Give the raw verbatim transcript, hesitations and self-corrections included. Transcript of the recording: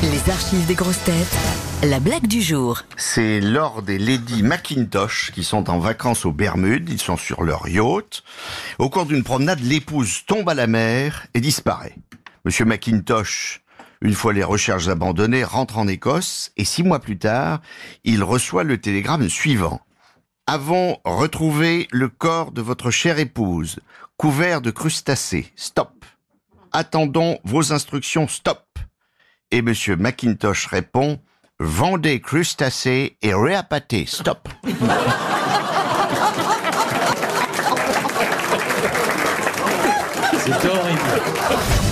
Les archives des grosses têtes, la blague du jour. C'est Lord et Lady Mackintosh qui sont en vacances aux Bermudes. Ils sont sur leur yacht. Au cours d'une promenade, l'épouse tombe à la mer et disparaît. Monsieur Mackintosh, une fois les recherches abandonnées, rentre en Écosse et six mois plus tard, il reçoit le télégramme suivant. Avons retrouvé le corps de votre chère épouse, couvert de crustacés. Stop. Attendons vos instructions. Stop. Et Monsieur Mackintosh répond, vendez crustacés et réappâtez. Stop. C'est horrible.